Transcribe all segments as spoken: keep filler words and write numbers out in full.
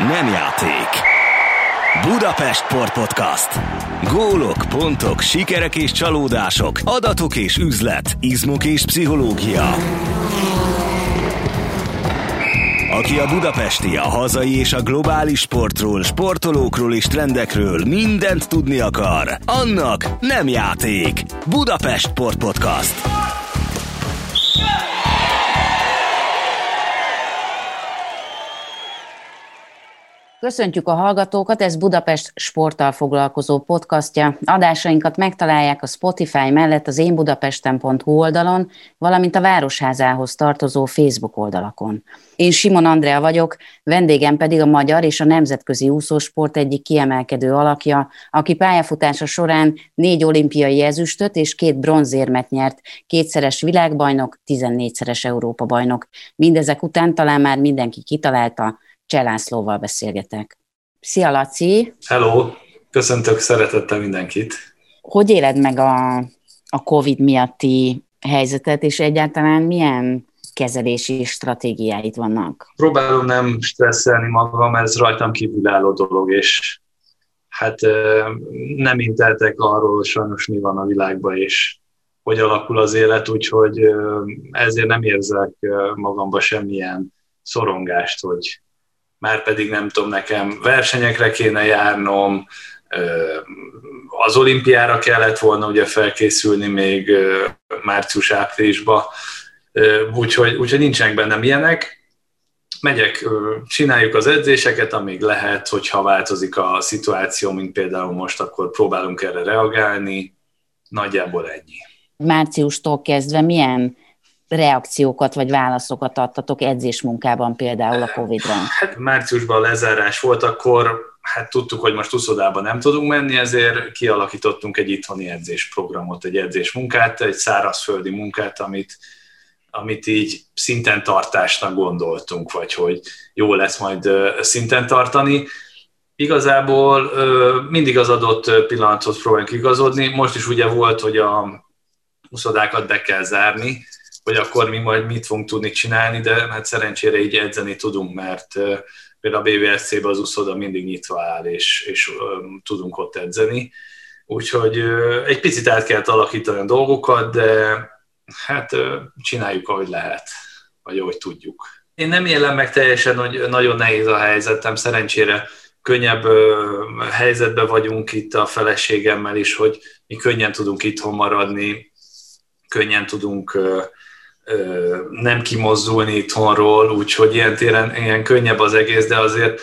Nem játék. Budapest Sport Podcast. Gólok, pontok, sikerek és csalódások, adatok és üzlet, izmok és pszichológia. Aki a budapesti, a hazai és a globális sportról, sportolókról és trendekről mindent tudni akar, annak nem játék. Budapest Sport Podcast. Köszöntjük a hallgatókat, ez Budapest sporttal foglalkozó podcastja. Adásainkat megtalálják a Spotify mellett az én budapesten pont hu oldalon, valamint a Városházához tartozó Facebook oldalakon. Én Simon Andrea vagyok, vendégem pedig a magyar és a nemzetközi úszósport egyik kiemelkedő alakja, aki pályafutása során négy olimpiai ezüstöt és két bronzérmet nyert, kétszeres világbajnok, tizennégyszeres Európa-bajnok. Mindezek után talán már mindenki kitalálta, Cseh Lászlóval beszélgetek. Szia, Laci! Hello! Köszöntök szeretettel mindenkit! Hogy éled meg a, a Covid miatti helyzetet, és egyáltalán milyen kezelési stratégiáid vannak? Próbálom nem stresszelni magam, ez rajtam kívülálló dolog, és hát nem inteltek arról sajnos mi van a világban, és hogy alakul az élet, úgyhogy ezért nem érzek magamba semmilyen szorongást, hogy már pedig nem tudom, nekem versenyekre kéne járnom, az olimpiára kellett volna ugye felkészülni még március-áprilisban, úgyhogy, úgyhogy nincsenek bennem ilyenek. Megyek, csináljuk az edzéseket, amíg lehet, hogyha változik a szituáció, mint például most, akkor próbálunk erre reagálni, nagyjából ennyi. Márciustól kezdve milyen reakciókat vagy válaszokat adtatok edzésmunkában például a Covidra? Hát márciusban lezárás volt, akkor hát tudtuk, hogy most uszodába nem tudunk menni, ezért kialakítottunk egy itthoni edzésprogramot, egy edzésmunkát, egy szárazföldi munkát, amit, amit így szinten tartásnak gondoltunk, vagy hogy jó lesz majd szinten tartani. Igazából mindig az adott pillanathoz próbálunk igazodni. Most is ugye volt, hogy a uszodákat be kell zárni, hogy akkor mi majd mit fogunk tudni csinálni, de hát szerencsére így edzeni tudunk, mert például a bé vé es cé-ben az uszoda mindig nyitva áll, és, és tudunk ott edzeni. Úgyhogy egy picit át kellett alakítani a dolgokat, de hát csináljuk, ahogy lehet, vagy ahogy tudjuk. Én nem élem meg teljesen, hogy nagyon nehéz a helyzetem, szerencsére könnyebb helyzetben vagyunk itt a feleségemmel is, hogy mi könnyen tudunk itthon maradni, könnyen tudunk nem kimozdulni itthonról, úgyhogy ilyen téren ilyen könnyebb az egész, de azért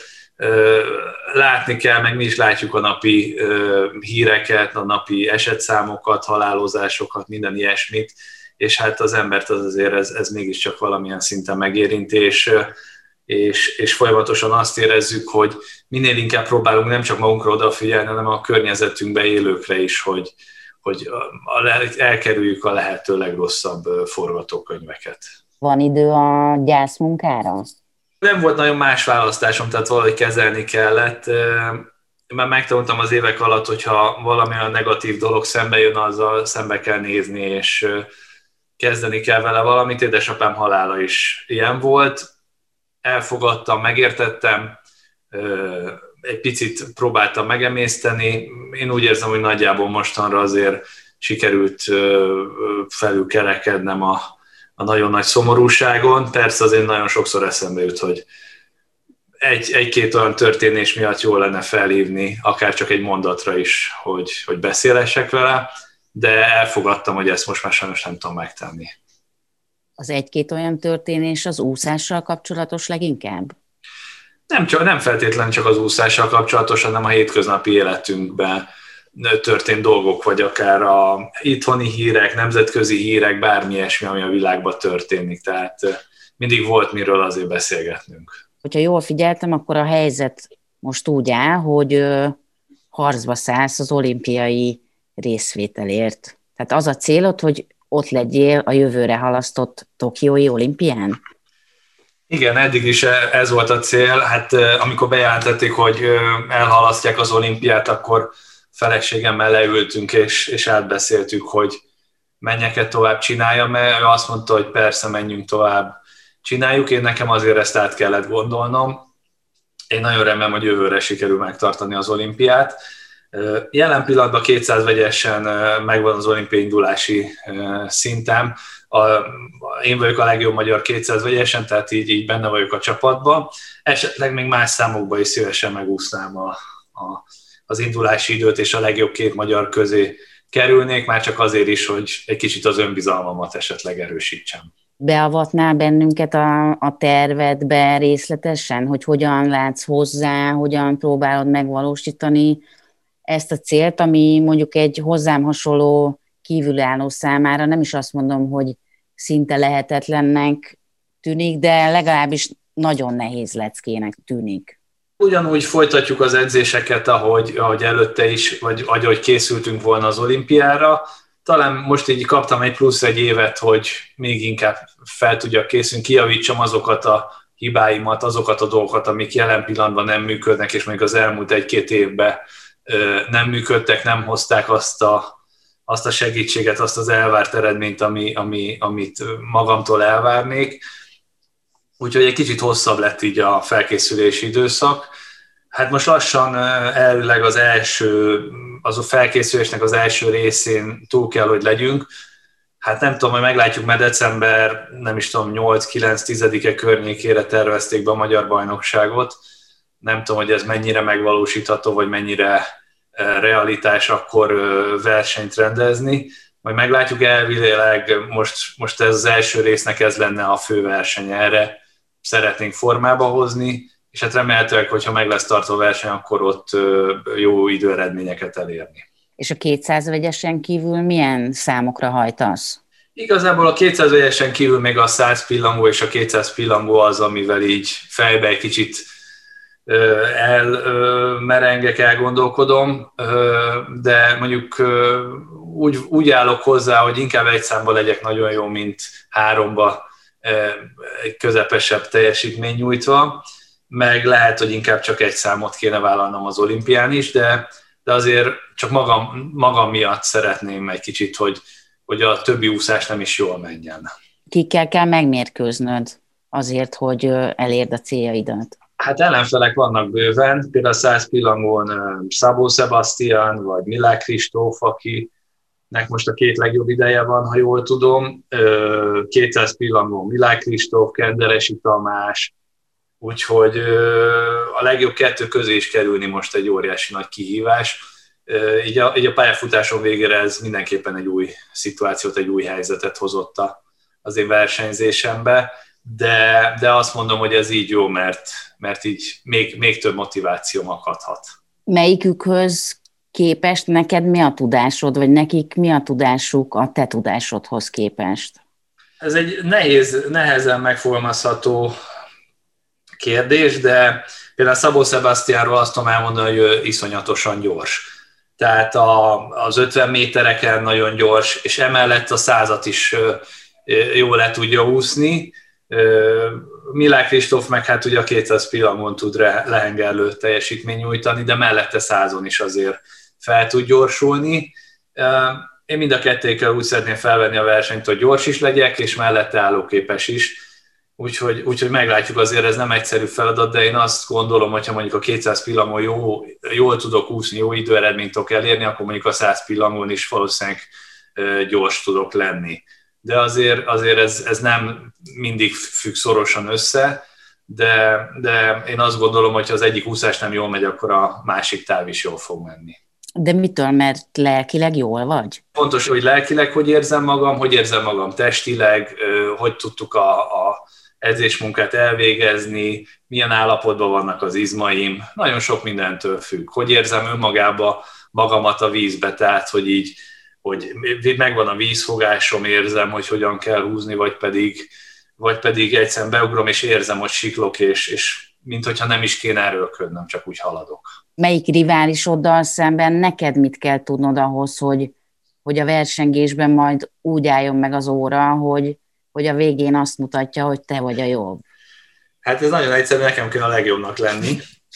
látni kell, meg mi is látjuk a napi híreket, a napi esetszámokat, halálozásokat, minden ilyesmit, és hát az embert az azért ez, ez mégiscsak valamilyen szinten megérinti, és, és, és folyamatosan azt érezzük, hogy minél inkább próbálunk nem csak magunkra odafigyelni, hanem a környezetünkbe élőkre is, hogy hogy elkerüljük a lehető legrosszabb forgatókönyveket. Van idő a gyászmunkára? Nem volt nagyon más választásom, tehát valahogy kezelni kellett. Már megtanultam az évek alatt, hogyha valami olyan negatív dolog szembe jön, azzal szembe kell nézni, és kezdeni kell vele valamit. Édesapám halála is ilyen volt. Elfogadtam, megértettem, egy picit próbáltam megemészteni. Én úgy érzem, hogy nagyjából mostanra azért sikerült felülkerekednem a, a nagyon nagy szomorúságon. Persze azért nagyon sokszor eszembe jut, hogy egy, egy-két olyan történés miatt jól lenne felhívni, akár csak egy mondatra is, hogy, hogy beszélhessek vele, de elfogadtam, hogy ezt most már sajnos nem tudom megtenni. Az egy-két olyan történés az úszással kapcsolatos leginkább? Nem, csak, nem feltétlenül csak az úszással kapcsolatos, hanem a hétköznapi életünkben történt dolgok, vagy akár a itthoni hírek, nemzetközi hírek, bármi ilyesmi, ami a világban történik. Tehát mindig volt miről azért beszélgetnünk. Hogyha jól figyeltem, akkor a helyzet most úgy áll, hogy harcba szállsz az olimpiai részvételért. Tehát az a célod, hogy ott legyél a jövőre halasztott tokiói olimpián? Igen, eddig is ez volt a cél. Hát amikor bejelentették, hogy elhalasztják az olimpiát, akkor feleségemmel leültünk, és, és átbeszéltük, hogy menjek-e tovább, csináljam, mert ő azt mondta, hogy persze, menjünk tovább, csináljuk. Én nekem azért ezt át kellett gondolnom, én nagyon remélem, hogy jövőre sikerül megtartani az olimpiát. Jelen pillanatban kétszáz vegyesen megvan az olimpiai indulási szintem. A, én vagyok a legjobb magyar kétszáz vegyesen, tehát így, így benne vagyok a csapatban. Esetleg még más számokban is szívesen megúsznám a, a, az indulási időt, és a legjobb két magyar közé kerülnék, már csak azért is, hogy egy kicsit az önbizalmamat esetleg erősítsem. Beavatnál bennünket a, a tervedbe részletesen, hogy hogyan látsz hozzá, hogyan próbálod megvalósítani ezt a célt, ami mondjuk egy hozzám hasonló kívülálló számára nem is azt mondom, hogy szinte lehetetlennek tűnik, de legalábbis nagyon nehéz leckének tűnik. Ugyanúgy folytatjuk az edzéseket, ahogy, ahogy előtte is, vagy ahogy készültünk volna az olimpiára. Talán most így kaptam egy plusz egy évet, hogy még inkább fel tudjak készülni, kijavítsam azokat a hibáimat, azokat a dolgokat, amik jelen pillanatban nem működnek, és még az elmúlt egy-két évben nem működtek, nem hozták azt a, azt a segítséget, azt az elvárt eredményt, ami, ami, amit magamtól elvárnék. Úgyhogy egy kicsit hosszabb lett így a felkészülési időszak. Hát most lassan elvileg az első, az a felkészülésnek az első részén túl kell, hogy legyünk. Hát nem tudom, hogy meglátjuk, mert december, nem is tudom, nyolc-kilenc-tizedike környékére tervezték be a magyar bajnokságot. Nem tudom, hogy ez mennyire megvalósítható, vagy mennyire realitás akkor versenyt rendezni. Majd meglátjuk, elvileg most, most ez az első résznek ez lenne a fő verseny, erre szeretnénk formába hozni, és hát remélhetőleg, hogyha meg lesz tartva a verseny, akkor ott jó időeredményeket elérni. És a kétszáz vegyesen kívül milyen számokra hajtasz? Igazából a kétszáz vegyesen kívül még a száz pillangó és a kétszáz pillangó az, amivel így fejbe egy kicsit elmerengek, elgondolkodom, de mondjuk úgy, úgy állok hozzá, hogy inkább egy számba legyek nagyon jó, mint háromba egy közepesebb teljesítmény nyújtva, meg lehet, hogy inkább csak egy számot kéne vállalnom az olimpián is, de, de azért csak magam, magam miatt szeretném egy kicsit, hogy, hogy a többi úszás nem is jól menjen. Kikkel kell megmérkőznöd azért, hogy elérd a céljaidat? Hát ellenfelek vannak bőven, például a száz pillangón Szabó Sebastian, vagy Milák Kristóf, akinek most a két legjobb ideje van, ha jól tudom. kétszáz pillangón Milák Kristóf, Kenderesi Tamás, úgyhogy a legjobb kettő közé is kerülni most egy óriási nagy kihívás. Így a, így a pályafutásom végére ez mindenképpen egy új szituációt, egy új helyzetet hozott az én versenyzésembe, de, de azt mondom, hogy ez így jó, mert, mert így még, még több motivációm akadhat. Melyikükhöz képest neked mi a tudásod, vagy nekik mi a tudásuk a te tudásodhoz képest? Ez egy nehéz, nehezen megfogalmazható kérdés, de például Szabó Sebastianról azt tudom elmondani, hogy ő iszonyatosan gyors. Tehát a, az ötven métereken nagyon gyors, és emellett a százat is jól le tudja úszni. Milák Kristóf meg hát ugye a kétszáz pillangon tud lehengerlő teljesítmény nyújtani, de mellette százon is azért fel tud gyorsulni. Én mind a kettékkel úgy szeretném felvenni a versenyt, hogy gyors is legyek, és mellette állóképes is. Úgyhogy, úgyhogy meglátjuk, azért ez nem egyszerű feladat, de én azt gondolom, hogyha mondjuk a kétszáz pillangon jó, jól tudok úszni, jó időeredményt tudok elérni, akkor mondjuk a száz pillangon is valószínűleg gyors tudok lenni. De azért, azért ez, ez nem mindig függ szorosan össze, de, de én azt gondolom, hogy ha az egyik úszás nem jól megy, akkor a másik táv is jól fog menni. De mitől? Mert lelkileg jól vagy? Fontos, hogy lelkileg hogy érzem magam, hogy érzem magam testileg, hogy tudtuk a, a edzésmunkát elvégezni, milyen állapotban vannak az izmaim, nagyon sok mindentől függ. Hogy érzem önmagába magamat a vízbe, tehát hogy így, hogy megvan a vízfogásom, érzem, hogy hogyan kell húzni, vagy pedig, vagy pedig egyszerűen beugrom, és érzem, hogy siklok, és, és minthogyha nem is kéne erőlködnöm, csak úgy haladok. Melyik riválisoddal szemben neked mit kell tudnod ahhoz, hogy, hogy a versengésben majd úgy álljon meg az óra, hogy, hogy a végén azt mutatja, hogy te vagy a jobb? Hát ez nagyon egyszerű, nekem kell a legjobbnak lenni.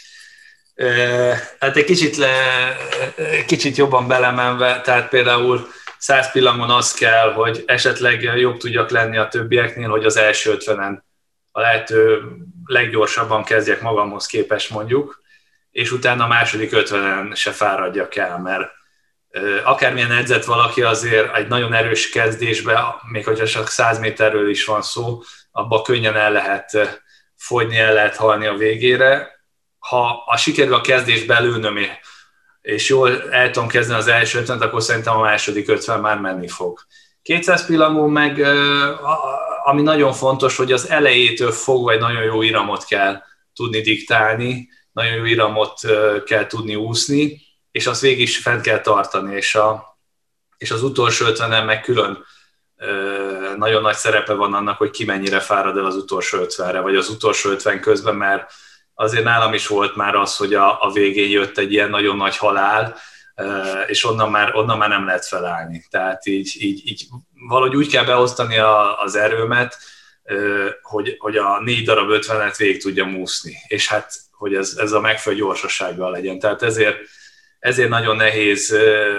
Hát egy kicsit, le, kicsit jobban belemenve, tehát például száz pillangon az kell, hogy esetleg jobb tudjak lenni a többieknél, hogy az első ötvenen a lehető leggyorsabban kezdjek magamhoz képest mondjuk, és utána a második ötvenen se fáradjak el, mert akármilyen edzett valaki azért egy nagyon erős kezdésben, még hogyha csak száz méterről is van szó, abban könnyen el lehet fogyni, el lehet halni a végére. Ha a sikerül a kezdésbe lőnöm, és jól el tudom kezdeni az első ötvenet, akkor szerintem a második ötven már menni fog. kétszáz pillangó meg, ami nagyon fontos, hogy az elejétől fogva egy nagyon jó iramot kell tudni diktálni, nagyon jó iramot kell tudni úszni, és azt végig is fent kell tartani, és, a, és az utolsó ötvenen meg külön nagyon nagy szerepe van annak, hogy ki mennyire fárad el az utolsó ötvenre, vagy az utolsó ötven közben, mert azért nálam is volt már az, hogy a, a végén jött egy ilyen nagyon nagy halál, és onnan már, onnan már nem lehet felállni. Tehát így, így, így valahogy úgy kell beosztani a, az erőmet, hogy, hogy a négy darab ötvenet végig tudjam úszni, és hát, hogy ez, ez a megfelelő gyorsasággal legyen. Tehát ezért, ezért nagyon nehéz,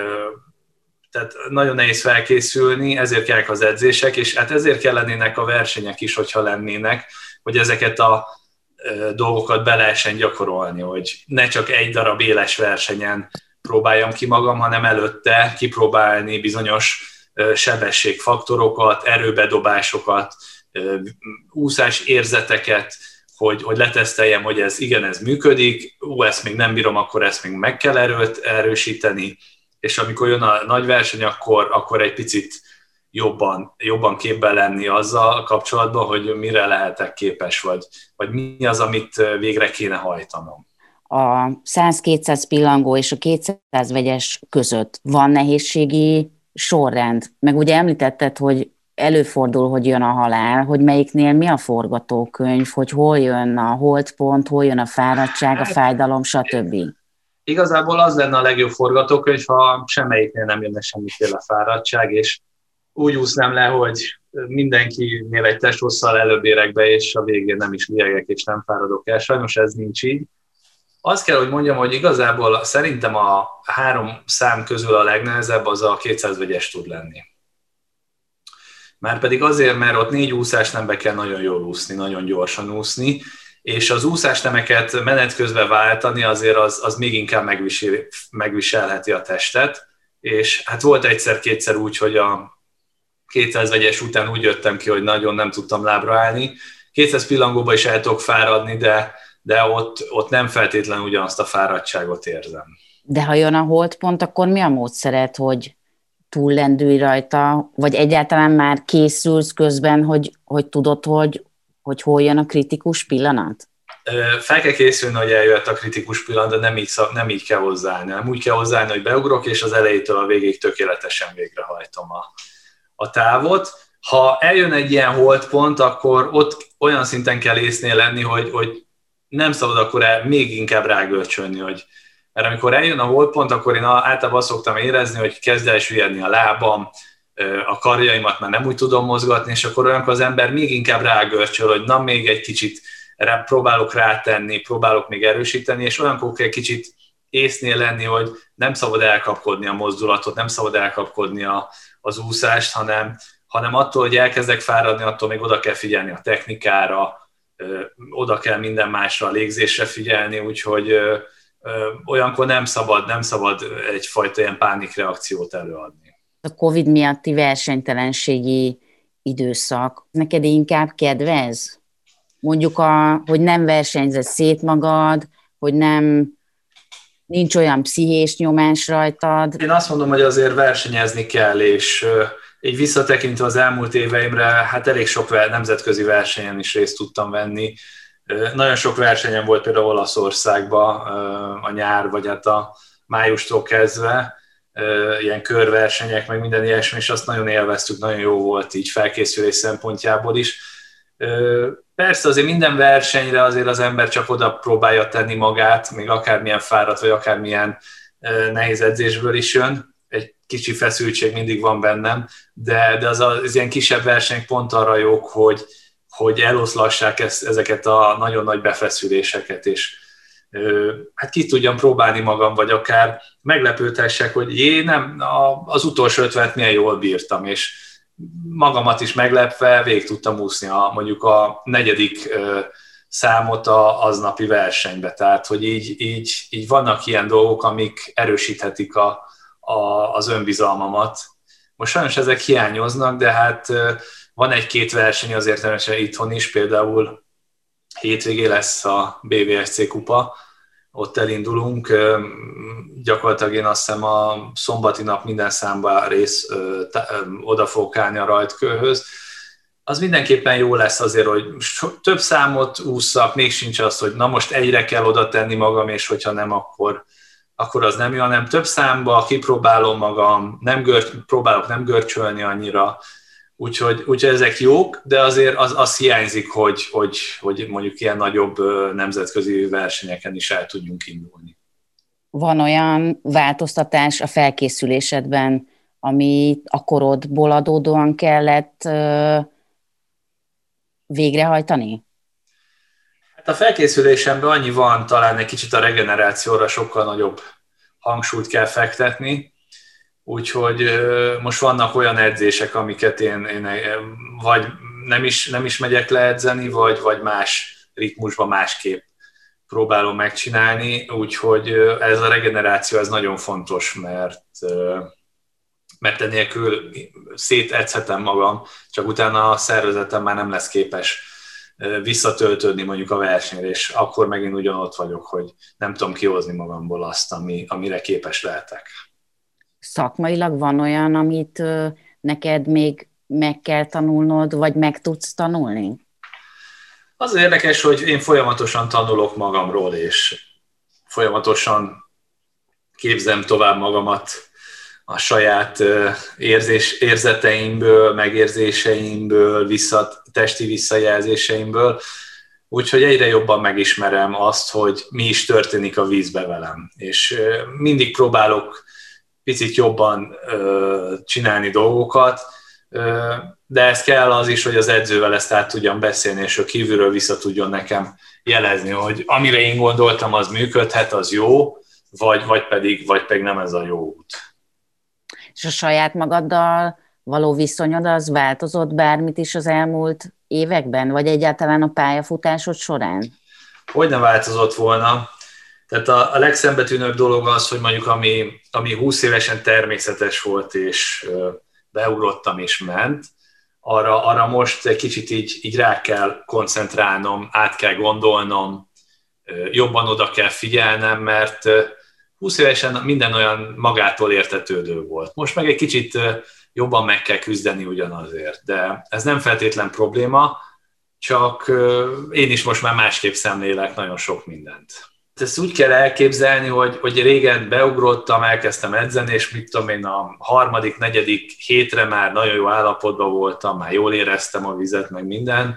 tehát nagyon nehéz felkészülni, ezért kellnek az edzések, és hát ezért kellenének a versenyek is, hogyha lennének, hogy ezeket a dolgokat be lehessen gyakorolni, hogy ne csak egy darab éles versenyen próbáljam ki magam, hanem előtte kipróbálni bizonyos sebességfaktorokat, erőbedobásokat, úszás érzeteket, hogy, hogy leteszteljem, hogy ez igen, ez működik, ú, ezt még nem bírom, akkor ezt még meg kell erőt, erősíteni, és amikor jön a nagy verseny, akkor, akkor egy picit jobban, jobban képben lenni azzal kapcsolatban, hogy mire lehetek képes, vagy, vagy mi az, amit végre kéne hajtanom. A száz-kétszáz pillangó és a kétszáz vegyes között van nehézségi sorrend? Meg ugye említetted, hogy előfordul, hogy jön a halál, hogy melyiknél mi a forgatókönyv, hogy hol jön a holdpont, hol jön a fáradtság, a fájdalom, stb. Igazából az lenne a legjobb forgatókönyv, ha semmelyiknél nem jönne semmiféle fáradtság, és úgy úsznám le, hogy mindenkinél egy testhosszal előbb érek be, és a végén nem is liegek, és nem fáradok el. Sajnos ez nincs így. Azt kell, hogy mondjam, hogy igazából szerintem a három szám közül a legnehezebb az a kétszáz vegyes tud lenni. Márpedig azért, mert ott négy úszásnembe kell nagyon jól úszni, nagyon gyorsan úszni, és az úszásnemeket menet közben váltani azért az, az még inkább megvisel, megviselheti a testet, és hát volt egyszer-kétszer úgy, hogy a kétszáz vegyes után úgy jöttem ki, hogy nagyon nem tudtam lábra állni. kétszáz pillangóba is el tudok fáradni, de, de ott, ott nem feltétlenül ugyanazt a fáradtságot érzem. De ha jön a holdpont, akkor mi a módszered, hogy túllendülj rajta, vagy egyáltalán már készülsz közben, hogy, hogy tudod, hogy, hogy hol jön a kritikus pillanat? Fel kell készülni, hogy eljöhet a kritikus pillanat, de nem így, nem így kell hozzáállni. Nem úgy kell hozzáállni, hogy beugrok, és az elejétől a végéig tökéletesen végrehajtom a, a távot. Ha eljön egy ilyen holdpont, akkor ott olyan szinten kell észnél lenni, hogy, hogy nem szabad akkor el, még inkább rágörcsölni, hogy mert amikor eljön a holdpont, akkor én általában azt szoktam érezni, hogy kezd el süllyedni a lábam, a karjaimat már nem úgy tudom mozgatni, és akkor olyankor az ember még inkább rágörcsöl, hogy na, még egy kicsit rá, próbálok rátenni, próbálok még erősíteni, és olyankor kell kicsit észnél lenni, hogy nem szabad elkapkodni a mozdulatot, nem szabad elkapkodni a, az úszást, hanem, hanem attól, hogy elkezdek fáradni, attól még oda kell figyelni a technikára, oda kell minden másra, a légzésre figyelni, úgyhogy olyankor nem szabad, nem szabad egyfajta ilyen pánikreakciót előadni. A Covid miatti versenytelenségi időszak neked inkább kedvez? Mondjuk, a, hogy nem versenyzed szét magad, hogy nem nincs olyan pszichés nyomás rajtad? Én azt mondom, hogy azért versenyezni kell, és így visszatekintve az elmúlt éveimre, hát elég sok nemzetközi versenyen is részt tudtam venni. Nagyon sok versenyen volt például Olaszországban a nyár, vagy hát a májustól kezdve, ilyen körversenyek, meg minden ilyesmi, és azt nagyon élveztük, nagyon jó volt így felkészülés szempontjából is. Persze azért minden versenyre azért az ember csak oda próbálja tenni magát, még akármilyen fáradt, vagy akármilyen nehéz edzésből is jön. Egy kicsi feszültség mindig van bennem, de, de az, az ilyen kisebb versenyek pont arra jók, hogy, hogy eloszlassák ezt, ezeket a nagyon nagy befeszüléseket, és hát ki tudjam próbálni magam, vagy akár meglepődhessek, hogy én nem, az utolsó ötvenet milyen jól bírtam, és magamat is meglepve végig tudtam úszni a, mondjuk a negyedik számot a aznapi versenybe. Tehát, hogy így, így, így vannak ilyen dolgok, amik erősíthetik a, a, az önbizalmamat. Most sajnos ezek hiányoznak, de hát van egy-két verseny azért természetesen itthon is, például hétvégén lesz a bé vé es cé kupa, ott elindulunk, gyakorlatilag én azt hiszem a szombati nap minden számba rész oda fogok állni a rajtkőhöz. Az mindenképpen jó lesz azért, hogy több számot ússzak, még sincs az, hogy na most egyre kell oda tenni magam, és hogyha nem, akkor, akkor az nem jó, hanem több számba kipróbálom magam, nem görcs, próbálok nem görcsölni annyira, úgyhogy, úgyhogy ezek jók, de azért az, az hiányzik, hogy, hogy, hogy mondjuk ilyen nagyobb nemzetközi versenyeken is el tudjunk indulni. Van olyan változtatás a felkészülésedben, ami a korodból adódóan kellett végrehajtani? Hát a felkészülésemben annyi van, talán egy kicsit a regenerációra sokkal nagyobb hangsúlyt kell fektetni, úgyhogy most vannak olyan edzések, amiket én, én vagy nem is, nem is megyek le edzeni, vagy, vagy más ritmusban másképp próbálom megcsinálni, úgyhogy ez a regeneráció ez nagyon fontos, mert, mert enélkül szétedzhetem magam, csak utána a szervezetem már nem lesz képes visszatöltődni mondjuk a versenyre, és akkor megint ugyanott vagyok, hogy nem tudom kihozni magamból azt, ami, amire képes lehetek. Szakmailag van olyan, amit neked még meg kell tanulnod, vagy meg tudsz tanulni? Az érdekes, hogy én folyamatosan tanulok magamról, és folyamatosan képzem tovább magamat a saját érzés, érzeteimből, megérzéseimből, vissza, testi visszajelzéseimből, úgyhogy egyre jobban megismerem azt, hogy mi is történik a vízbe velem. És mindig próbálok picit jobban ö, csinálni dolgokat, ö, de ez kell az is, hogy az edzővel ezt át tudjam beszélni, és ő kívülről vissza tudjon nekem jelezni, hogy amire én gondoltam, az működhet, az jó, vagy, vagy, pedig, vagy pedig nem ez a jó út. És a saját magaddal való viszonyod az változott bármit is az elmúlt években, vagy egyáltalán a pályafutásod során? Hogy nem változott volna? Tehát a, a legszembetűnőbb dolog az, hogy mondjuk ami, ami húsz évesen természetes volt, és ö, beugrottam és ment, arra, arra most egy kicsit így, így rá kell koncentrálnom, át kell gondolnom, ö, jobban oda kell figyelnem, mert ö, húsz évesen minden olyan magától értetődő volt. Most meg egy kicsit ö, jobban meg kell küzdeni ugyanazért, de ez nem feltétlen probléma, csak ö, én is most már másképp szemlélek nagyon sok mindent. Ezt úgy kell elképzelni, hogy, hogy régen beugrottam, elkezdtem edzeni, és mit tudom én, a harmadik, negyedik hétre már nagyon jó állapotban voltam, már jól éreztem a vizet, meg minden,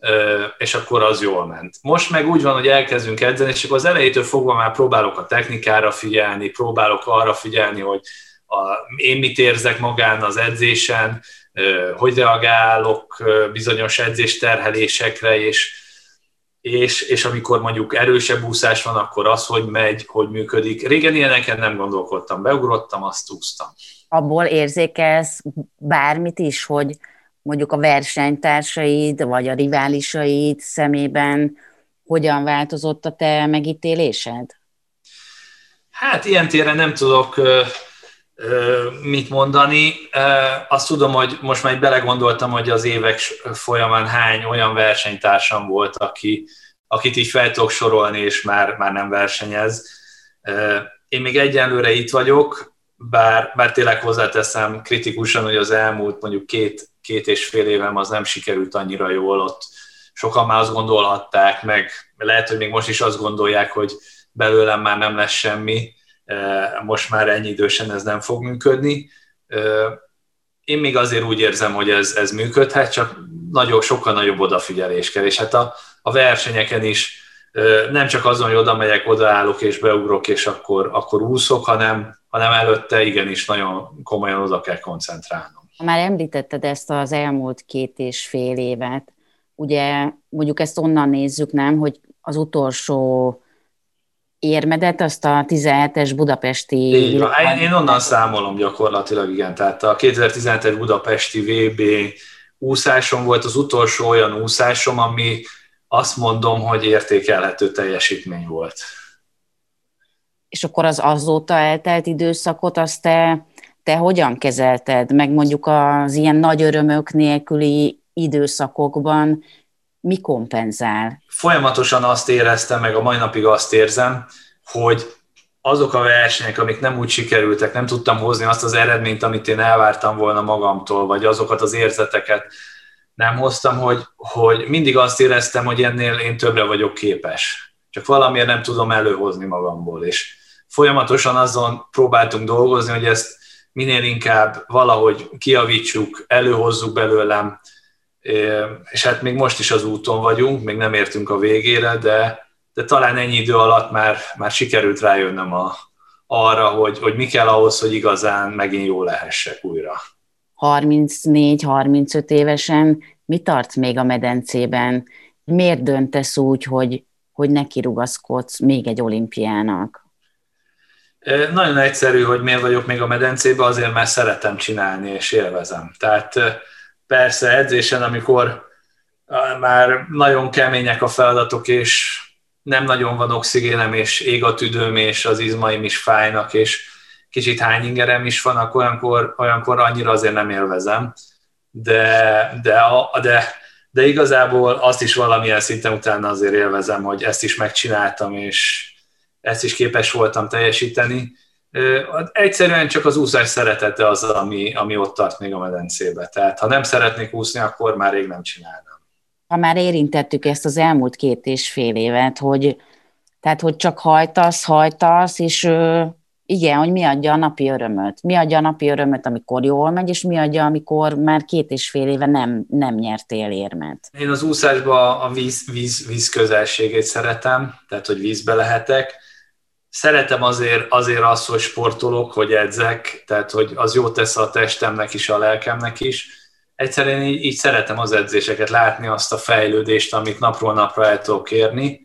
és akkor az jól ment. Most meg úgy van, hogy elkezdünk edzeni, és akkor az elejétől fogva már próbálok a technikára figyelni, próbálok arra figyelni, hogy a, én mit érzek magán az edzésen, hogy reagálok bizonyos edzésterhelésekre, és És, és amikor mondjuk erősebb úszás van, akkor az, hogy megy, hogy működik. Régen ilyeneken nem gondolkodtam, beugrottam, azt úsztam. Abból érzékelsz bármit is, hogy mondjuk a versenytársaid, vagy a riválisaid szemében hogyan változott a te megítélésed? Hát ilyen téren nem tudok ö, ö, mit mondani. Azt tudom, hogy most már belegondoltam, hogy az évek folyamán hány olyan versenytársam volt, aki, akit így fel tudok sorolni, és már, már nem versenyez. Én még egyenlőre itt vagyok, bár, bár tényleg hozzáteszem kritikusan, hogy az elmúlt mondjuk két, két és fél évem az nem sikerült annyira jól, ott sokan már azt gondolhatták, meg lehet, hogy még most is azt gondolják, hogy belőlem már nem lesz semmi, most már ennyi idősen ez nem fog működni. Én még azért úgy érzem, hogy ez, ez működhet, csak nagyobb, sokkal nagyobb odafigyelés kell, és hát a, a versenyeken is nem csak azon, hogy oda megyek, odaállok és beugrok, és akkor, akkor úszok, hanem, hanem előtte igenis nagyon komolyan oda kell koncentrálnom. Már említetted ezt az elmúlt két és fél évet. Ugye mondjuk ezt onnan nézzük, nem, hogy az utolsó érmedet, azt a tizenhetes budapesti... Így van. Én, én onnan számolom gyakorlatilag, igen. Tehát a kétezer-tizenhetes budapesti vé bé úszásom volt az utolsó olyan úszásom, ami, azt mondom, hogy értékelhető teljesítmény volt. És akkor az azóta eltelt időszakot, azt te, te hogyan kezelted? Meg mondjuk az ilyen nagy örömök nélküli időszakokban mi kompenzál? Folyamatosan azt éreztem, meg a mai napig azt érzem, hogy azok a versenyek, amik nem úgy sikerültek, nem tudtam hozni azt az eredményt, amit én elvártam volna magamtól, vagy azokat az érzeteket nem hoztam, hogy, hogy mindig azt éreztem, hogy ennél én többre vagyok képes. Csak valamiért nem tudom előhozni magamból, és folyamatosan azon próbáltunk dolgozni, hogy ezt minél inkább valahogy kijavítsuk, előhozzuk belőlem, és hát még most is az úton vagyunk, még nem értünk a végére, de, de talán ennyi idő alatt már, már sikerült rájönnöm a, arra, hogy, hogy mi kell ahhoz, hogy igazán megint jó lehessek újra. harmincnégy-harmincöt évesen mi tart még a medencében? Miért döntesz úgy, hogy, hogy neki rugaszkodsz még egy olimpiának? Nagyon egyszerű, hogy miért vagyok még a medencében, azért mert szeretem csinálni és élvezem. Tehát persze edzésen, amikor már nagyon kemények a feladatok, és nem nagyon van oxigénem, és ég a tüdőm, és az izmaim is fájnak, és kicsit hányingerem is van, akkor olyankor, olyankor annyira azért nem élvezem. De, de, de, de igazából azt is valamilyen szinten utána azért élvezem, hogy ezt is megcsináltam, és ezt is képes voltam teljesíteni. Egyszerűen csak az úszás szeretete az, ami, ami ott tart még a medencébe. Tehát ha nem szeretnék úszni, akkor már rég nem csinálnám. Ha már érintettük ezt az elmúlt két és fél évet, hogy, tehát, hogy csak hajtasz, hajtasz, és igen, hogy mi adja a napi örömöt. Mi adja a napi örömöt, amikor jól megy, és mi adja, amikor már két és fél éve nem, nem nyertél érmet. Én az úszásban a víz, víz, víz közelségét szeretem, tehát hogy vízbe lehetek. Szeretem azért, azért azt, hogy sportolok, hogy edzek, tehát hogy az jót tesz a testemnek is, a lelkemnek is. Egyszerűen így, így szeretem az edzéseket, látni azt a fejlődést, amit napról napra el tudok érni.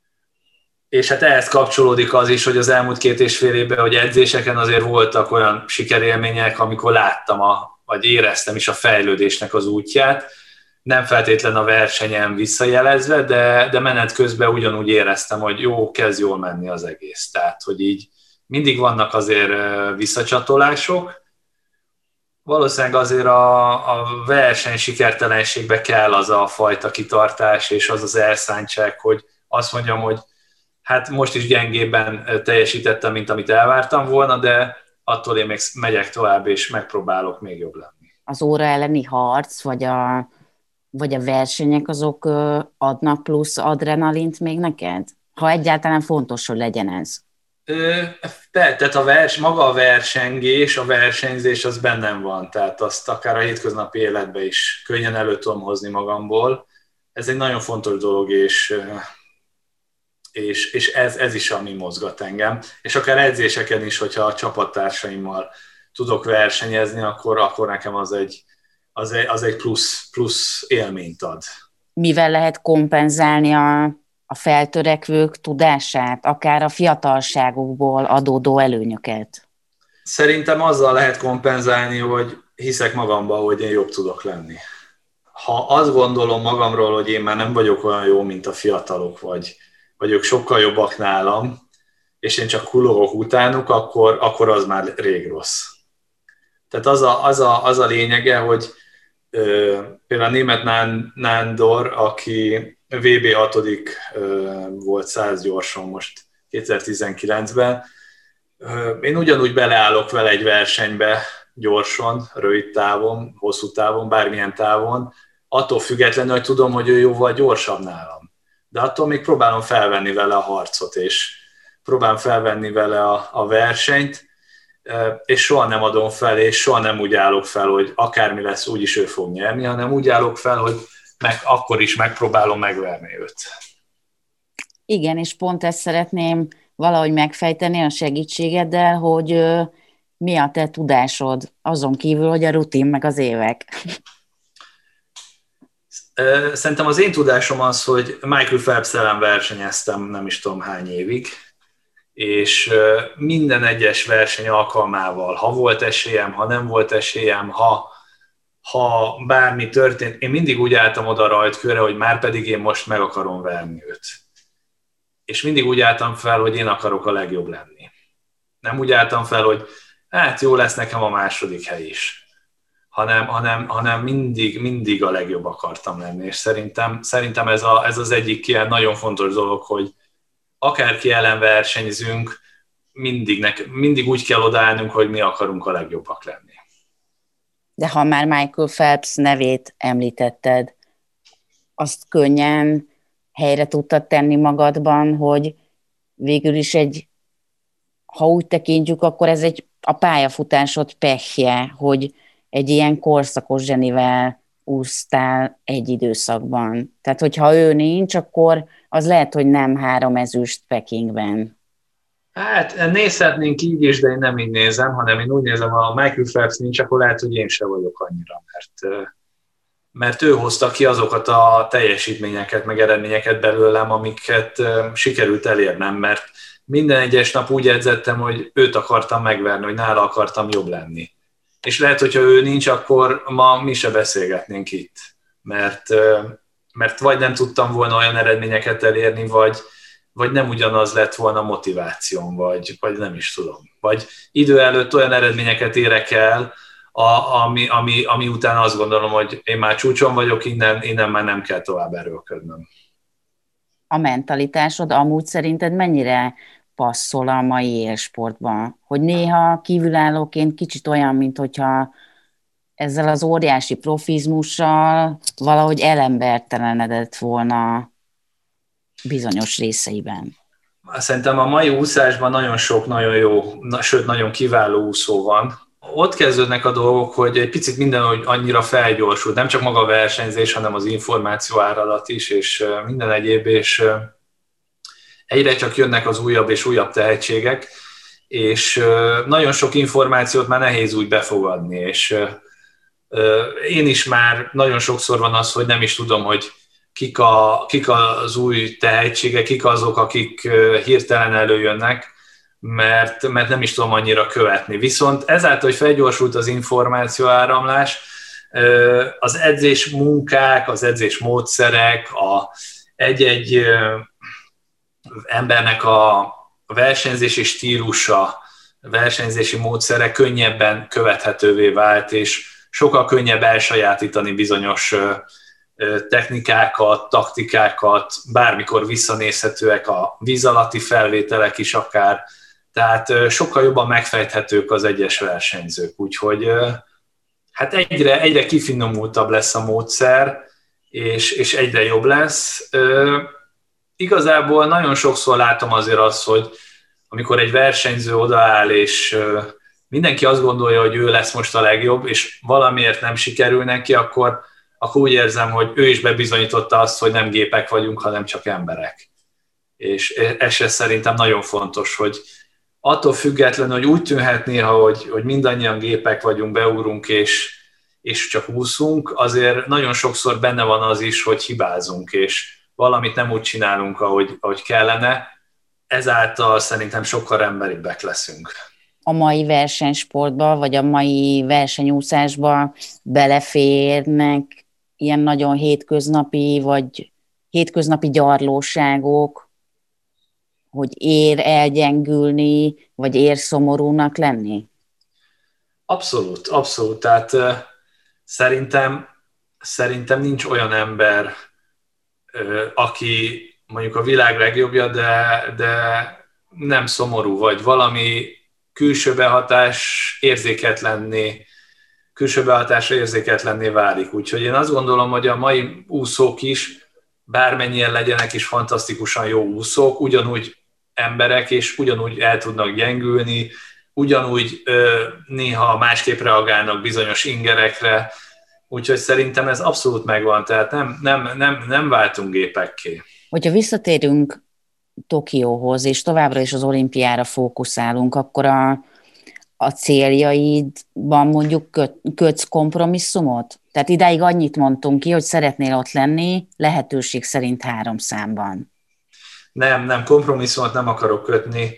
És hát ehhez kapcsolódik az is, hogy az elmúlt két és fél évben, hogy edzéseken azért voltak olyan sikerélmények, amikor láttam, a, vagy éreztem is a fejlődésnek az útját. Nem feltétlen a versenyen visszajelezve, de, de menet közben ugyanúgy éreztem, hogy jó, kezd jól menni az egész. Tehát, hogy így mindig vannak azért visszacsatolások. Valószínűleg azért a, a verseny sikertelenségbe kell az a fajta kitartás és az az elszántság, hogy azt mondjam, hogy hát most is gyengébben teljesítettem, mint amit elvártam volna, de attól én még megyek tovább, és megpróbálok még jobb lenni. Az óra elleni harc, vagy a, vagy a versenyek, azok adnak plusz adrenalint még neked? Ha egyáltalán fontos, hogy legyen ez. De, tehát a vers, maga a versengés, a versenyzés az bennem van, tehát azt akár a hétköznapi életben is könnyen elő tudom hozni magamból. Ez egy nagyon fontos dolog, és, és, és ez, ez is, ami mozgat engem. És akár edzéseken is, hogyha a csapattársaimmal tudok versenyezni, akkor, akkor nekem az egy, az egy, az egy plusz, plusz élményt ad. Mivel lehet kompenzálni a, a feltörekvők tudását, akár a fiatalságukból adódó előnyöket? Szerintem azzal lehet kompenzálni, hogy hiszek magamba, hogy én jobb tudok lenni. Ha azt gondolom magamról, hogy én már nem vagyok olyan jó, mint a fiatalok, vagy, vagy ők sokkal jobbak nálam, és én csak kullogok utánuk, akkor, akkor az már rég rossz. Tehát az a, az a, az a lényege, hogy ö, például a német Nándor, aki vé bé hatodik volt száz gyorson most kétezer-tizenkilencben, én ugyanúgy beleállok vele egy versenybe gyorsan, rövid távon, hosszú távon, bármilyen távon, attól függetlenül, hogy tudom, hogy ő jóval gyorsabb nálam. De attól még próbálom felvenni vele a harcot, és próbálom felvenni vele a, a versenyt, és soha nem adom fel, és soha nem úgy állok fel, hogy akármi lesz, úgyis ő fog nyerni, hanem úgy állok fel, hogy meg, akkor is megpróbálom megverni őt. Igen, és pont ezt szeretném valahogy megfejteni a segítségeddel, hogy mi a te tudásod, azon kívül, hogy a rutin, meg az évek. Szerintem az én tudásom az, hogy Michael Phelps ellen versenyeztem nem is tudom hány évig, és minden egyes verseny alkalmával, ha volt esélyem, ha nem volt esélyem, ha ha bármi történt, én mindig úgy álltam oda a rajtkőre, hogy már pedig én most meg akarom verni őt. És mindig úgy álltam fel, hogy én akarok a legjobb lenni. Nem úgy álltam fel, hogy hát jó lesz nekem a második hely is, hanem, hanem, hanem mindig, mindig a legjobb akartam lenni. És szerintem, szerintem ez, a, ez az egyik ilyen nagyon fontos dolog, hogy akárki ellen versenyzünk, mindig, nek, mindig úgy kell odaállnunk, hogy mi akarunk a legjobbak lenni. De ha már Michael Phelps nevét említetted, azt könnyen helyre tudtad tenni magadban, hogy végül is egy, ha úgy tekintjük, akkor ez egy a pályafutásod pehje, hogy egy ilyen korszakos zsenivel úsztál egy időszakban. Tehát, hogyha ő nincs, akkor az lehet, hogy nem három ezüst Pekingben. Hát nézhetnénk így is, de én nem így nézem, hanem én úgy nézem, ha Michael Phelps nincs, akkor lehet, hogy én sem vagyok annyira, mert, mert ő hozta ki azokat a teljesítményeket, meg eredményeket belőlem, amiket sikerült elérnem, mert minden egyes nap úgy edzettem, hogy őt akartam megverni, hogy nála akartam jobb lenni. És lehet, hogyha ő nincs, akkor ma mi se beszélgetnénk itt, mert, mert vagy nem tudtam volna olyan eredményeket elérni, vagy, vagy nem ugyanaz lett volna motivációm, vagy, vagy nem is tudom. Vagy idő előtt olyan eredményeket érek el, a, ami, ami, ami után azt gondolom, hogy én már csúcson vagyok, innen, innen már nem kell tovább erőlködnöm. A mentalitásod amúgy szerinted mennyire passzol a mai élsportban? Hogy néha kívülállóként kicsit olyan, mint hogyha ezzel az óriási profizmussal valahogy elembertelenedett volna bizonyos részeiben. Szerintem a mai úszásban nagyon sok, nagyon jó, sőt, nagyon kiváló úszó van. Ott kezdődnek a dolgok, hogy egy picit minden hogy annyira felgyorsult, nem csak maga a versenyzés, hanem az információ áradat is, és minden egyéb, és egyre csak jönnek az újabb és újabb tehetségek, és nagyon sok információt már nehéz úgy befogadni, és én is már nagyon sokszor van az, hogy nem is tudom, hogy kik, a, kik az új tehetségek, kik azok, akik hirtelen előjönnek, mert, mert nem is tudom annyira követni. Viszont ezáltal, hogy felgyorsult az információáramlás, az edzés munkák, az edzés módszerek, a, egy-egy embernek a versenyzési stílusa, a versenyzési módszere könnyebben követhetővé vált, és sokkal könnyebb elsajátítani bizonyos technikákat, taktikákat, bármikor visszanézhetőek a víz alatti felvételek is akár, tehát sokkal jobban megfejthetők az egyes versenyzők, úgyhogy hát egyre, egyre kifinomultabb lesz a módszer, és, és egyre jobb lesz. Igazából nagyon sokszor látom azért azt, hogy amikor egy versenyző odaáll, és mindenki azt gondolja, hogy ő lesz most a legjobb, és valamiért nem sikerül neki, akkor, akkor úgy érzem, hogy ő is bebizonyította azt, hogy nem gépek vagyunk, hanem csak emberek. És ez szerintem nagyon fontos, hogy attól függetlenül, hogy úgy tűnhet néha, hogy, hogy mindannyian gépek vagyunk, beugrunk és, és csak úszunk, azért nagyon sokszor benne van az is, hogy hibázunk, és valamit nem úgy csinálunk, ahogy, ahogy kellene, ezáltal szerintem sokkal emberibbek leszünk. A mai versenysportba, vagy a mai versenyúszásba beleférnek ilyen nagyon hétköznapi, vagy hétköznapi gyarlóságok, hogy ér elgyengülni, vagy ér szomorúnak lenni? Abszolút, abszolút. Tehát uh, szerintem, szerintem nincs olyan ember, uh, aki mondjuk a világ legjobbja, de, de nem szomorú, vagy valami külső behatás érzéketlenné, külső behatásra érzéketlenné válik. Úgyhogy én azt gondolom, hogy a mai úszók is, bármennyien legyenek is fantasztikusan jó úszók, ugyanúgy emberek, és ugyanúgy el tudnak gyengülni, ugyanúgy ö, néha másképp reagálnak bizonyos ingerekre, úgyhogy szerintem ez abszolút megvan, tehát nem, nem, nem, nem váltunk gépekké. Hogyha visszatérünk Tokióhoz, és továbbra is az olimpiára fókuszálunk, akkor a, a céljaidban mondjuk köt, kötsz kompromisszumot? Tehát idáig annyit mondtunk ki, hogy szeretnél ott lenni, lehetőség szerint három számban. Nem, nem, kompromisszumot nem akarok kötni.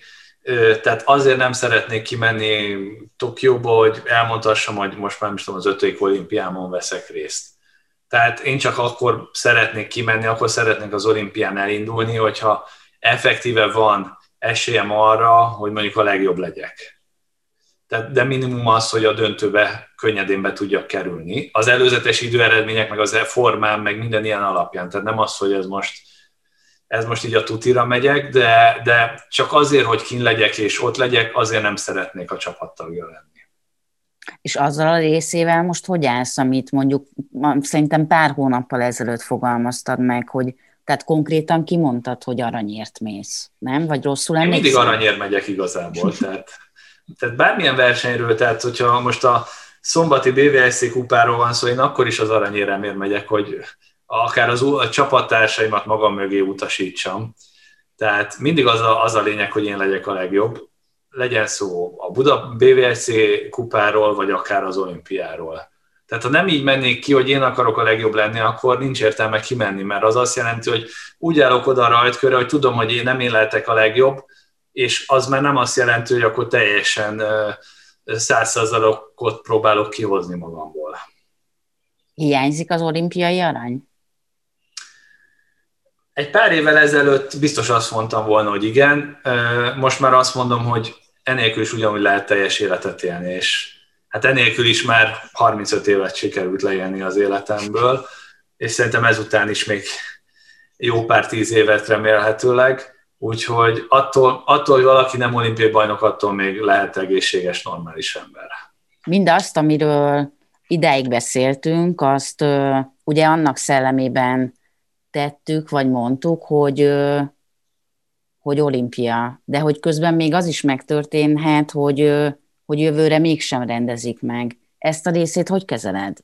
Tehát azért nem szeretnék kimenni Tokióba, hogy elmondhassam, hogy most már nem is tudom, az ötödik olimpiámon veszek részt. Tehát én csak akkor szeretnék kimenni, akkor szeretnék az olimpián elindulni, hogyha effektíve van esélyem arra, hogy mondjuk a legjobb legyek. Tehát, de minimum az, hogy a döntőbe könnyedén be tudjak kerülni. Az előzetes időeredmények, meg az formám, meg minden ilyen alapján. Tehát nem az, hogy ez most, ez most így a tutira megyek, de, de csak azért, hogy kint legyek és ott legyek, azért nem szeretnék a csapattagja lenni. És azzal a részével most hogy állsz, amit mondjuk szerintem pár hónappal ezelőtt fogalmaztad meg, hogy tehát konkrétan kimondtad, hogy aranyért mész, nem? Vagy rosszul emlékszem? Én mindig aranyért megyek igazából, tehát, tehát bármilyen versenyről, tehát hogyha most a szombati bé vé es cé kupáról van szó, én akkor is az aranyéremért megyek, hogy akár az, a csapattársaimat magam mögé utasítsam. Tehát mindig az a, az a lényeg, hogy én legyek a legjobb. Legyen szó a Buda bé vé es cé kupáról, vagy akár az olimpiáról. Tehát ha nem így mennék ki, hogy én akarok a legjobb lenni, akkor nincs értelme kimenni, mert az azt jelenti, hogy úgy állok oda a rajtkörre, hogy tudom, hogy én nem én lehetek a legjobb, és az már nem azt jelenti, hogy akkor teljesen száz százalékot próbálok kihozni magamból. Hiányzik az olimpiai arany? Egy pár évvel ezelőtt biztos azt mondtam volna, hogy igen. Most már azt mondom, hogy enélkül is ugyanúgy lehet teljes életet élni, és hát enélkül is már harmincöt évet sikerült leélni az életemből, és szerintem ezután is még jó pár tíz évet remélhetőleg, úgyhogy attól, attól hogy valaki nem olimpiai bajnok, attól még lehet egészséges, normális ember. Mindazt, amiről idáig beszéltünk, azt uh, ugye annak szellemében tettük, vagy mondtuk, hogy, uh, hogy olimpia, de hogy közben még az is megtörténhet, hogy, uh, hogy jövőre mégsem rendezik meg. Ezt a részét hogy kezeled?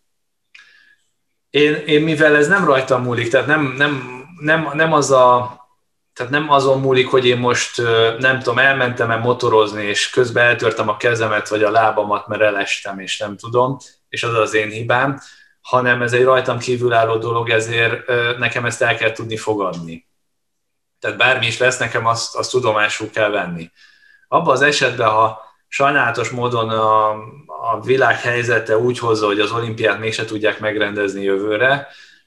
Én, én mivel ez nem rajtam múlik, tehát nem, nem, nem, nem az a... Tehát nem azon múlik, hogy én most nem tudom, elmentem-e motorozni, és közben eltörtem a kezemet, vagy a lábamat, mert elestem, és nem tudom, és az az én hibám, hanem ez egy rajtam kívülálló dolog, ezért nekem ezt el kell tudni fogadni. Tehát bármi is lesz, nekem azt, azt tudomásul kell venni. Abban az esetben, ha sajnálatos módon a, a világ helyzete úgy hozza, hogy az olimpiát mégse tudják megrendezni jövőre,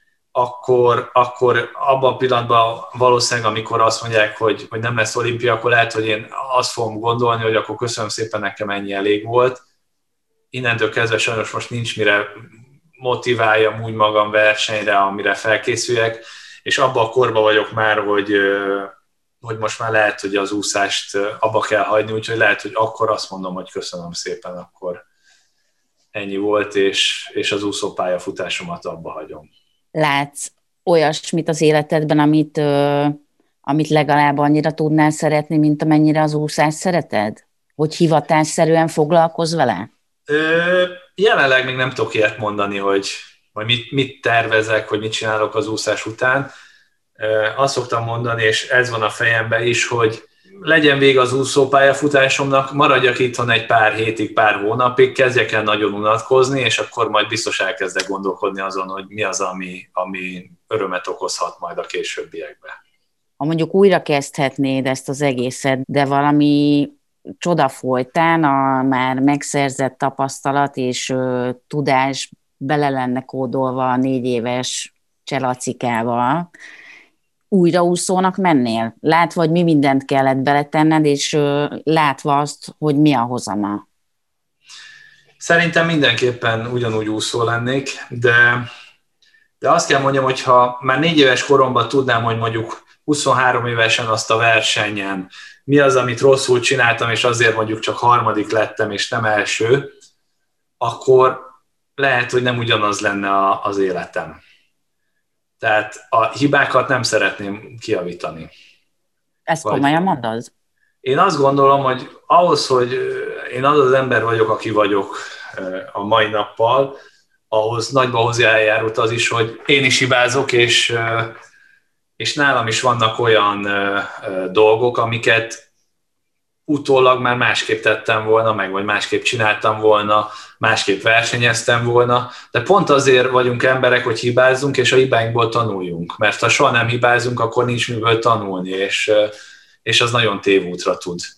Akkor, akkor abban a pillanatban valószínűleg, amikor azt mondják, hogy, hogy nem lesz olimpia, akkor lehet, hogy én azt fogom gondolni, hogy akkor köszönöm szépen, nekem ennyi elég volt. Innentől kezdve sajnos most nincs mire motiváljam úgy magam versenyre, amire felkészüljek, és abban a korban vagyok már, hogy, hogy most már lehet, hogy az úszást abba kell hagyni, úgyhogy lehet, hogy akkor azt mondom, hogy köszönöm szépen, akkor ennyi volt, és, és az úszópályafutásomat abba hagyom. Látsz olyasmit az életedben, amit, ö, amit legalább annyira tudnál szeretni, mint amennyire az úszást szereted? Hogy hivatásszerűen foglalkozz vele? Ö, jelenleg még nem tudok ilyet mondani, hogy, hogy mit, mit tervezek, hogy mit csinálok az úszás után. Ö, azt szoktam mondani, és ez van a fejemben is, hogy legyen vége az úszópályafutásomnak, maradjak itthon egy pár hétig, pár hónapig, kezdjek el nagyon unatkozni, és akkor majd biztos elkezdek gondolkodni azon, hogy mi az, ami, ami örömet okozhat majd a későbbiekben. Ha mondjuk újra kezdhetnéd ezt az egészet, de valami csoda folytán a már megszerzett tapasztalat és ö, tudás bele lenne kódolva a négy éves cselacikával, újraúszónak mennél? Látva, hogy mi mindent kellett beletenned, és ö, látva azt, hogy mi a hozama. Szerintem mindenképpen ugyanúgy úszó lennék, de, de azt kell mondjam, hogy ha már négy éves koromban tudnám, hogy mondjuk huszonhárom évesen azt a versenyen mi az, amit rosszul csináltam, és azért mondjuk csak harmadik lettem, és nem első, akkor lehet, hogy nem ugyanaz lenne a, az életem. Tehát a hibákat nem szeretném kijavítani. Ezt komolyan mondod? Én azt gondolom, hogy ahhoz, hogy én az az ember vagyok, aki vagyok a mai nappal, ahhoz nagyba hozzájárult az is, hogy én is hibázok, és, és nálam is vannak olyan dolgok, amiket utólag már másképp tettem volna, meg vagy másképp csináltam volna, másképp versenyeztem volna, de pont azért vagyunk emberek, hogy hibázzunk, és a hibáinkból tanuljunk, mert ha soha nem hibázunk, akkor nincs miből tanulni, és, és az nagyon tévútra tud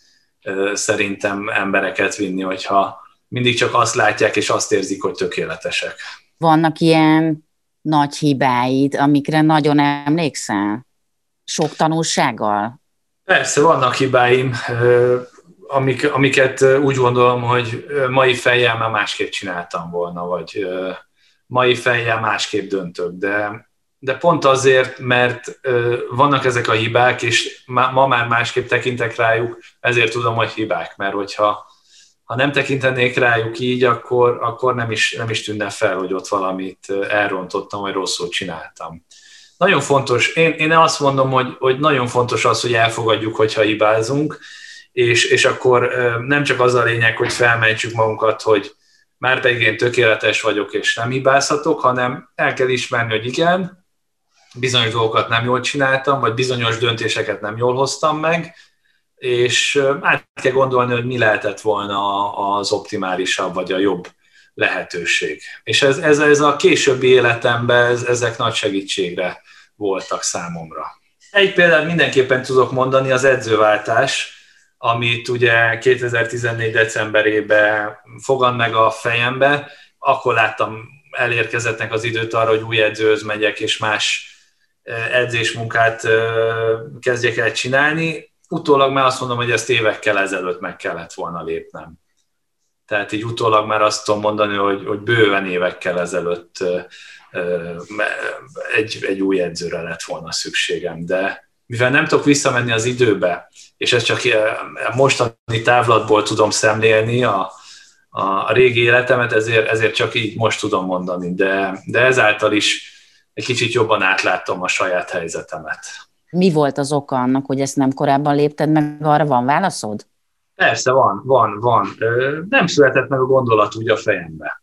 szerintem embereket vinni, hogyha mindig csak azt látják, és azt érzik, hogy tökéletesek. Vannak ilyen nagy hibáid, amikre nagyon emlékszel? Sok tanulsággal? Persze, vannak hibáim, amik, amiket úgy gondolom, hogy mai fejjel már másképp csináltam volna, vagy mai fejjel másképp döntök, de, de pont azért, mert vannak ezek a hibák, és ma már másképp tekintek rájuk, ezért tudom, hogy hibák, mert hogyha ha nem tekintenék rájuk így, akkor, akkor nem, is, nem is tűnne fel, hogy ott valamit elrontottam, vagy rosszul csináltam. Nagyon fontos, én, én azt mondom, hogy, hogy nagyon fontos az, hogy elfogadjuk, hogyha hibázunk, és, és akkor nem csak az a lényeg, hogy felmentsük magunkat, hogy már pedig én tökéletes vagyok, és nem hibázhatok, hanem el kell ismerni, hogy igen, bizonyos dolgokat nem jól csináltam, vagy bizonyos döntéseket nem jól hoztam meg, és át kell gondolni, hogy mi lehetett volna az optimálisabb, vagy a jobb lehetőség. És ez, ez, ez a későbbi életemben ez, ezek nagy segítségre voltak számomra. Egy példát mindenképpen tudok mondani, az edzőváltás, amit ugye kétezer-tizennégy decemberében fogant meg a fejembe, akkor láttam, elérkezettnek az időt arra, hogy új edzőhöz megyek, és más edzésmunkát kezdjek el csinálni. Utólag már azt mondom, hogy ezt évekkel ezelőtt meg kellett volna lépnem. Tehát így utólag már azt tudom mondani, hogy, hogy bőven évekkel ezelőtt egy, egy új edzőre lett volna szükségem. De mivel nem tudok visszamenni az időbe, és ezt csak a mostani távlatból tudom szemlélni a, a, a régi életemet, ezért, ezért csak így most tudom mondani. De, de ezáltal is egy kicsit jobban átláttam a saját helyzetemet. Mi volt az oka annak, hogy ezt nem korábban lépted meg? Arra van válaszod? Persze, van, van, van. Nem született meg a gondolat úgy a fejembe.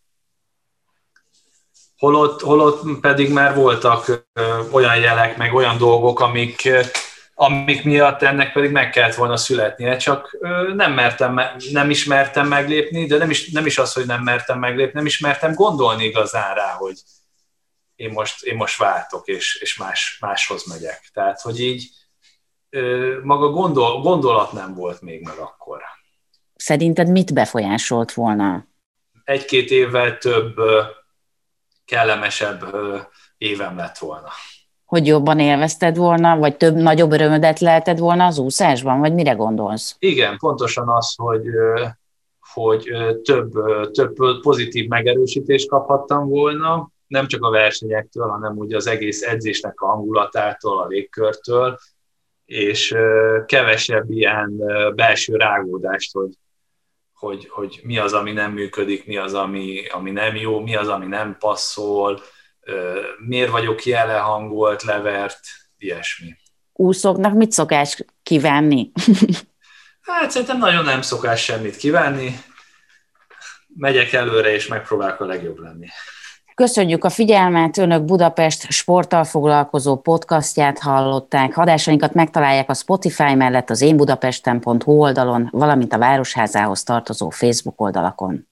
Holott, holott pedig már voltak olyan jelek, meg olyan dolgok, amik, amik miatt ennek pedig meg kellett volna születnie, csak nem mertem, nem ismertem meglépni, de nem is, nem is az, hogy nem mertem meglépni, nem ismertem gondolni igazán rá, hogy én most, én most váltok, és, és más, máshoz megyek. Tehát, hogy így maga gondol, gondolat nem volt még meg akkor. Szerinted mit befolyásolt volna? Egy-két évvel több kellemesebb évem lett volna. Hogy jobban élvezted volna, vagy több, nagyobb örömödet leheted volna az úszásban, vagy mire gondolsz? Igen, pontosan az, hogy, hogy több, több pozitív megerősítést kaphattam volna, nem csak a versenyektől, hanem ugye az egész edzésnek a hangulatától, a légkörtől, és kevesebb ilyen belső rágódást, hogy, hogy, hogy mi az, ami nem működik, mi az, ami, ami nem jó, mi az, ami nem passzol, miért vagyok ilyen lehangolt, levert, ilyesmi. Úszóknak mit szokás kívánni? Hát szerintem nagyon nem szokás semmit kívánni. Megyek előre, és megpróbálok a legjobb lenni. Köszönjük a figyelmet, Önök Budapest sporttal foglalkozó podcastját hallották. Adásainkat megtalálják a Spotify mellett az én budapesten pont hu oldalon, valamint a Városházához tartozó Facebook oldalakon.